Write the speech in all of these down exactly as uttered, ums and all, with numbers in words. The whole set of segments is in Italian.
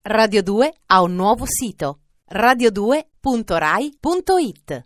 Radio due ha un nuovo sito: radio due punto rai punto it.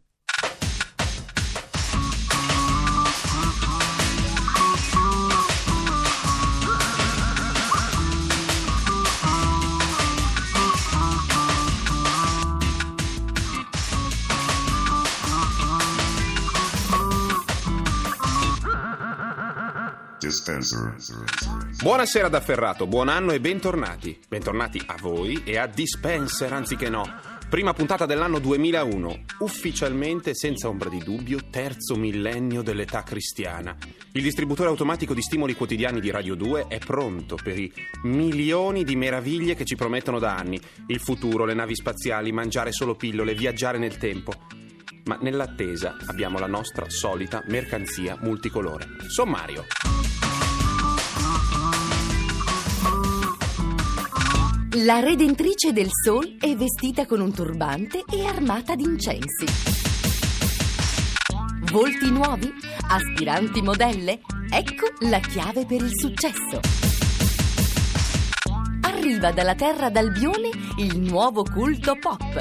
Buonasera da Ferrato, buon anno e bentornati. Bentornati a voi e a Dispenser, anziché no. Prima puntata dell'anno duemilauno, ufficialmente, senza ombra di dubbio, terzo millennio dell'età cristiana. Il distributore automatico di stimoli quotidiani di Radio due è pronto per i milioni di meraviglie che ci promettono da anni. Il futuro, le navi spaziali, mangiare solo pillole, viaggiare nel tempo. Ma nell'attesa abbiamo la nostra solita mercanzia multicolore. Sommario. La Redentrice del Sol è vestita con un turbante e armata di incensi. Volti nuovi? Aspiranti modelle? Ecco la chiave per il successo. Arriva dalla terra d'Albione il nuovo culto pop.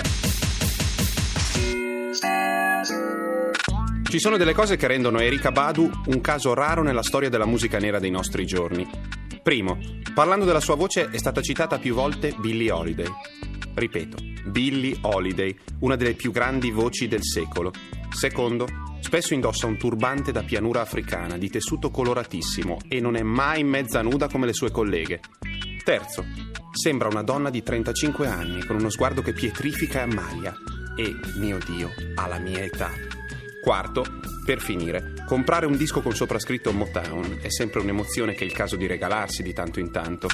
Ci sono delle cose che rendono Erykah Badu un caso raro nella storia della musica nera dei nostri giorni. Primo, parlando della sua voce è stata citata più volte Billie Holiday. Ripeto, Billie Holiday, una delle più grandi voci del secolo. Secondo, spesso indossa un turbante da pianura africana di tessuto coloratissimo e non è mai mezza nuda come le sue colleghe. Terzo, sembra una donna di trentacinque anni con uno sguardo che pietrifica e ammaglia. E, mio Dio, ha la mia età. Quarto, per finire, comprare un disco con soprascritto Motown è sempre un'emozione che è il caso di regalarsi di tanto in tanto.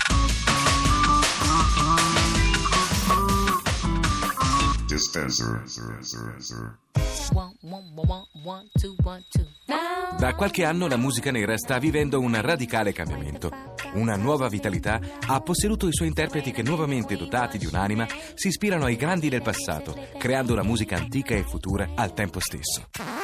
Da qualche anno la musica nera sta vivendo un radicale cambiamento. Una nuova vitalità ha posseduto i suoi interpreti che, nuovamente dotati di un'anima, si ispirano ai grandi del passato, creando una musica antica e futura al tempo stesso.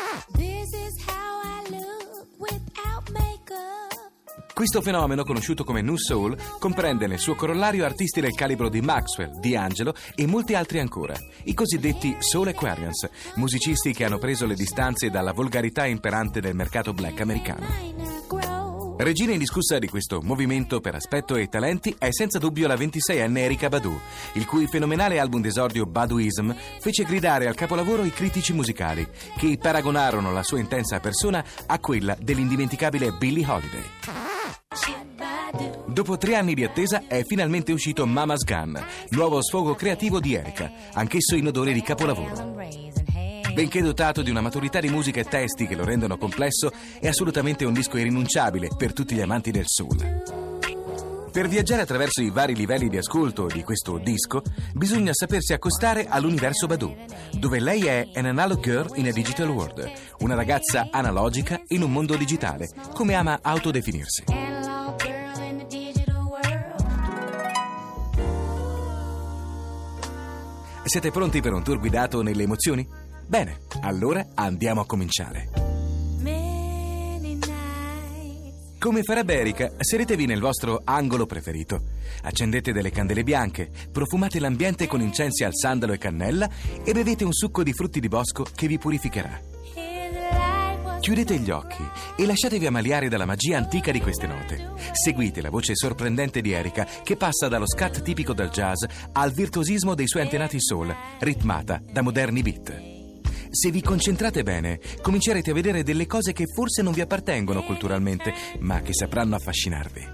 Questo fenomeno, conosciuto come New Soul, comprende nel suo corollario artisti del calibro di Maxwell, D'Angelo e molti altri ancora, i cosiddetti Soul Aquarians, musicisti che hanno preso le distanze dalla volgarità imperante del mercato black americano. Regina indiscussa di questo movimento per aspetto e talenti è senza dubbio la ventiseienne Erykah Badu, il cui fenomenale album d'esordio Baduism fece gridare al capolavoro i critici musicali, che paragonarono la sua intensa persona a quella dell'indimenticabile Billie Holiday. Dopo tre anni di attesa è finalmente uscito Mama's Gun, nuovo sfogo creativo di Erykah, anch'esso in odore di capolavoro. Benché dotato di una maturità di musica e testi che lo rendono complesso, è assolutamente un disco irrinunciabile per tutti gli amanti del soul. Per viaggiare attraverso i vari livelli di ascolto di questo disco, bisogna sapersi accostare all'universo Badu, dove lei è an analog girl in a digital world, una ragazza analogica in un mondo digitale, come ama autodefinirsi. Siete pronti per un tour guidato nelle emozioni? Bene, allora andiamo a cominciare. Come farebbe Erykah, sedetevi nel vostro angolo preferito. Accendete delle candele bianche, profumate l'ambiente con incensi al sandalo e cannella e bevete un succo di frutti di bosco che vi purificherà. Chiudete gli occhi e lasciatevi ammaliare dalla magia antica di queste note. Seguite la voce sorprendente di Erykah che passa dallo scat tipico del jazz al virtuosismo dei suoi antenati soul, ritmata da moderni beat. Se vi concentrate bene, comincerete a vedere delle cose che forse non vi appartengono culturalmente, ma che sapranno affascinarvi.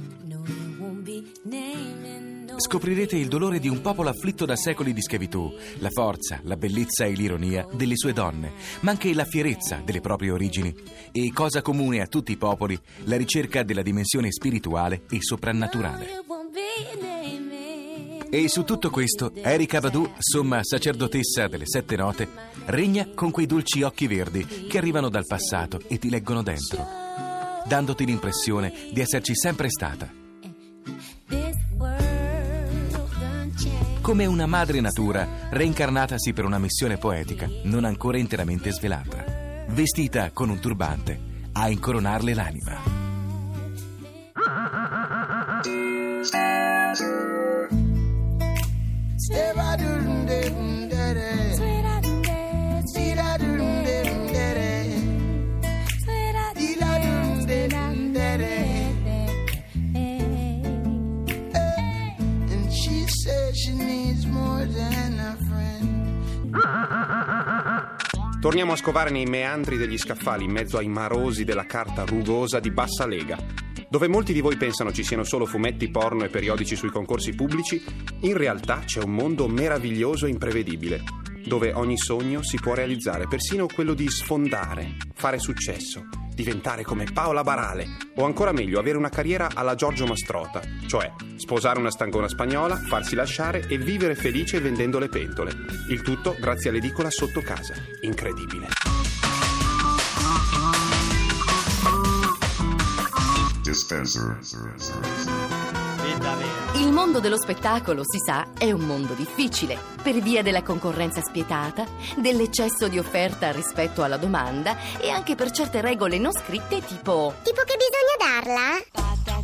Scoprirete il dolore di un popolo afflitto da secoli di schiavitù, la forza, la bellezza e l'ironia delle sue donne, ma anche la fierezza delle proprie origini. E cosa comune a tutti i popoli, la ricerca della dimensione spirituale e soprannaturale. E su tutto questo, Erykah Badu, somma sacerdotessa delle sette note, regna con quei dolci occhi verdi che arrivano dal passato e ti leggono dentro, dandoti l'impressione di esserci sempre stata. Come una madre natura reincarnatasi per una missione poetica non ancora interamente svelata, vestita con un turbante a incoronarle l'anima. Torniamo a scovare nei meandri degli scaffali in mezzo ai marosi della carta rugosa di bassa lega. Dove molti di voi pensano ci siano solo fumetti porno e periodici sui concorsi pubblici, in realtà c'è un mondo meraviglioso e imprevedibile, dove ogni sogno si può realizzare, persino quello di sfondare, fare successo, diventare come Paola Barale, o ancora meglio, avere una carriera alla Giorgio Mastrota, cioè sposare una stangona spagnola, farsi lasciare e vivere felice vendendo le pentole. Il tutto grazie all'edicola sotto casa. Incredibile. Il mondo dello spettacolo, si sa, è un mondo difficile, per via della concorrenza spietata, dell'eccesso di offerta rispetto alla domanda e anche per certe regole non scritte tipo... Tipo che bisogna darla?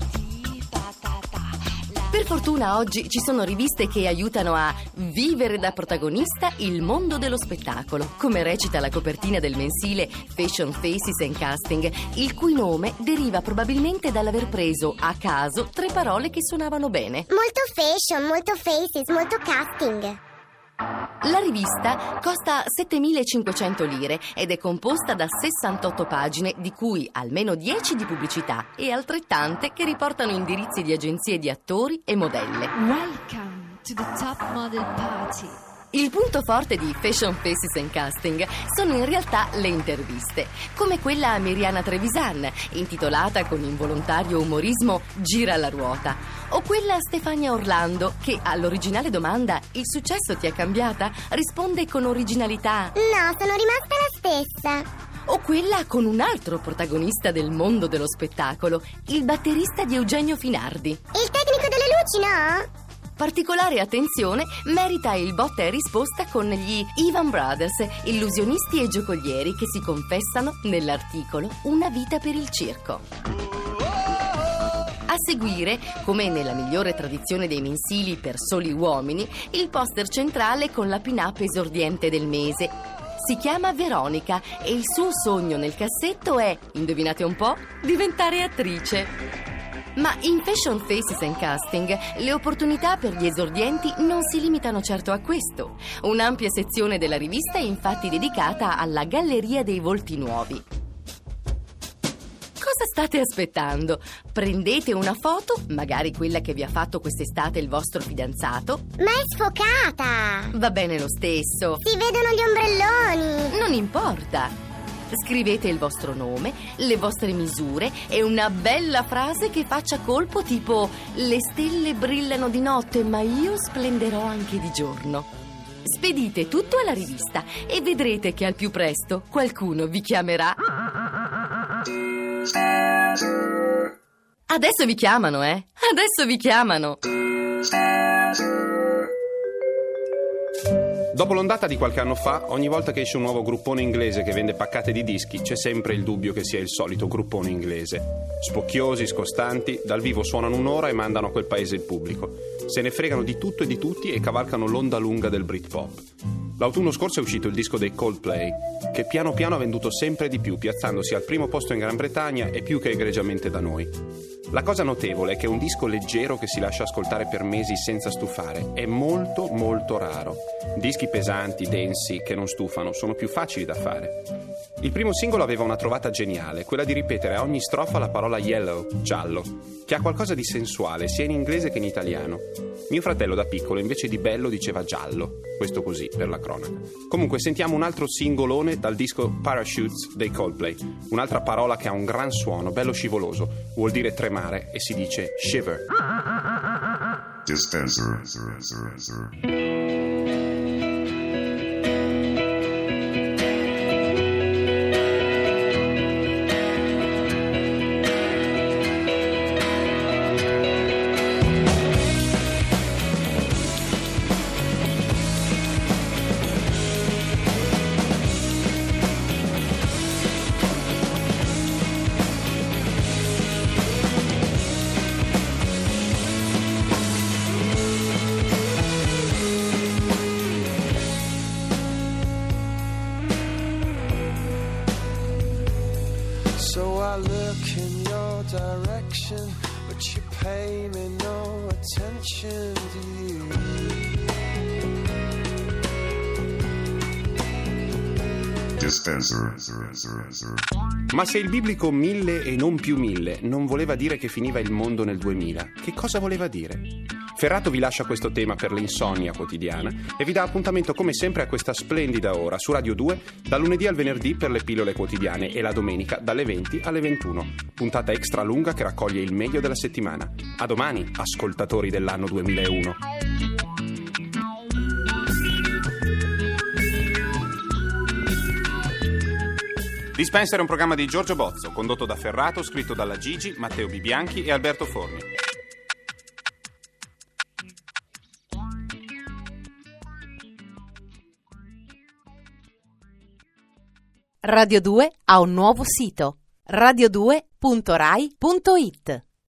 Per fortuna oggi ci sono riviste che aiutano a vivere da protagonista il mondo dello spettacolo, come recita la copertina del mensile Fashion Faces and Casting, il cui nome deriva probabilmente dall'aver preso a caso tre parole che suonavano bene. Molto fashion, molto faces, molto casting. La rivista costa settemilacinquecento lire ed è composta da sessantotto pagine, di cui almeno dieci di pubblicità e altrettante che riportano indirizzi di agenzie di attori e modelle. Welcome to the top model party. Il punto forte di Fashion Faces and Casting sono in realtà le interviste, come quella a Miriana Trevisan, intitolata con involontario umorismo Gira la ruota, o quella a Stefania Orlando, che all'originale domanda "Il successo ti è cambiata?" risponde con originalità No, sono rimasta la stessa. O quella con un altro protagonista del mondo dello spettacolo, il batterista di Eugenio Finardi. Il tecnico delle luci, no? Particolare attenzione merita il botta e risposta con gli Ivan Brothers, illusionisti e giocolieri che si confessano nell'articolo Una vita per il circo. A seguire, come nella migliore tradizione dei mensili per soli uomini, il poster centrale con la pin-up esordiente del mese. Si chiama Veronica e il suo sogno nel cassetto è, indovinate un po', diventare attrice. Ma in Fashion Faces and Casting le opportunità per gli esordienti non si limitano certo a questo. Un'ampia sezione della rivista è infatti dedicata alla galleria dei volti nuovi. Cosa state aspettando? Prendete una foto, magari quella che vi ha fatto quest'estate il vostro fidanzato. Ma è sfocata! Va bene lo stesso. Si vedono gli ombrelloni! Non importa. Scrivete il vostro nome, le vostre misure e una bella frase che faccia colpo tipo "Le stelle brillano di notte, ma io splenderò anche di giorno". Spedite tutto alla rivista e vedrete che al più presto qualcuno vi chiamerà. Adesso vi chiamano, eh? Adesso vi chiamano. Dopo l'ondata di qualche anno fa, ogni volta che esce un nuovo gruppone inglese che vende paccate di dischi, c'è sempre il dubbio che sia il solito gruppone inglese. Spocchiosi, scostanti, dal vivo suonano un'ora e mandano a quel paese il pubblico. Se ne fregano di tutto e di tutti e cavalcano l'onda lunga del Britpop. L'autunno scorso è uscito il disco dei Coldplay, che piano piano ha venduto sempre di più, piazzandosi al primo posto in Gran Bretagna e più che egregiamente da noi. La cosa notevole è che è un disco leggero che si lascia ascoltare per mesi senza stufare. È molto molto raro. Dischi pesanti, densi, che non stufano, sono più facili da fare. Il primo singolo aveva una trovata geniale, quella di ripetere a ogni strofa la parola yellow, giallo, che ha qualcosa di sensuale sia in inglese che in italiano. Mio fratello da piccolo invece di bello diceva giallo, questo così per la cronaca. Comunque sentiamo un altro singolone dal disco Parachutes dei Coldplay, un'altra parola che ha un gran suono, bello scivoloso, vuol dire tremare e si dice shiver. Dispenser. I look in your direction, but you pay me no attention, do you? Dispenser. Ma se il biblico mille e non più mille non voleva dire che finiva il mondo nel duemila, che cosa voleva dire? Ferrato vi lascia questo tema per l'insonnia quotidiana e vi dà appuntamento come sempre a questa splendida ora su Radio due dal lunedì al venerdì per le pillole quotidiane e la domenica dalle venti alle ventuno. Puntata extra lunga che raccoglie il meglio della settimana. A domani, ascoltatori dell'anno duemilauno. Dispenser è un programma di Giorgio Bozzo, condotto da Ferrato, scritto dalla Gigi, Matteo Bibianchi e Alberto Forni. Radio due ha un nuovo sito: radio due punto rai punto it.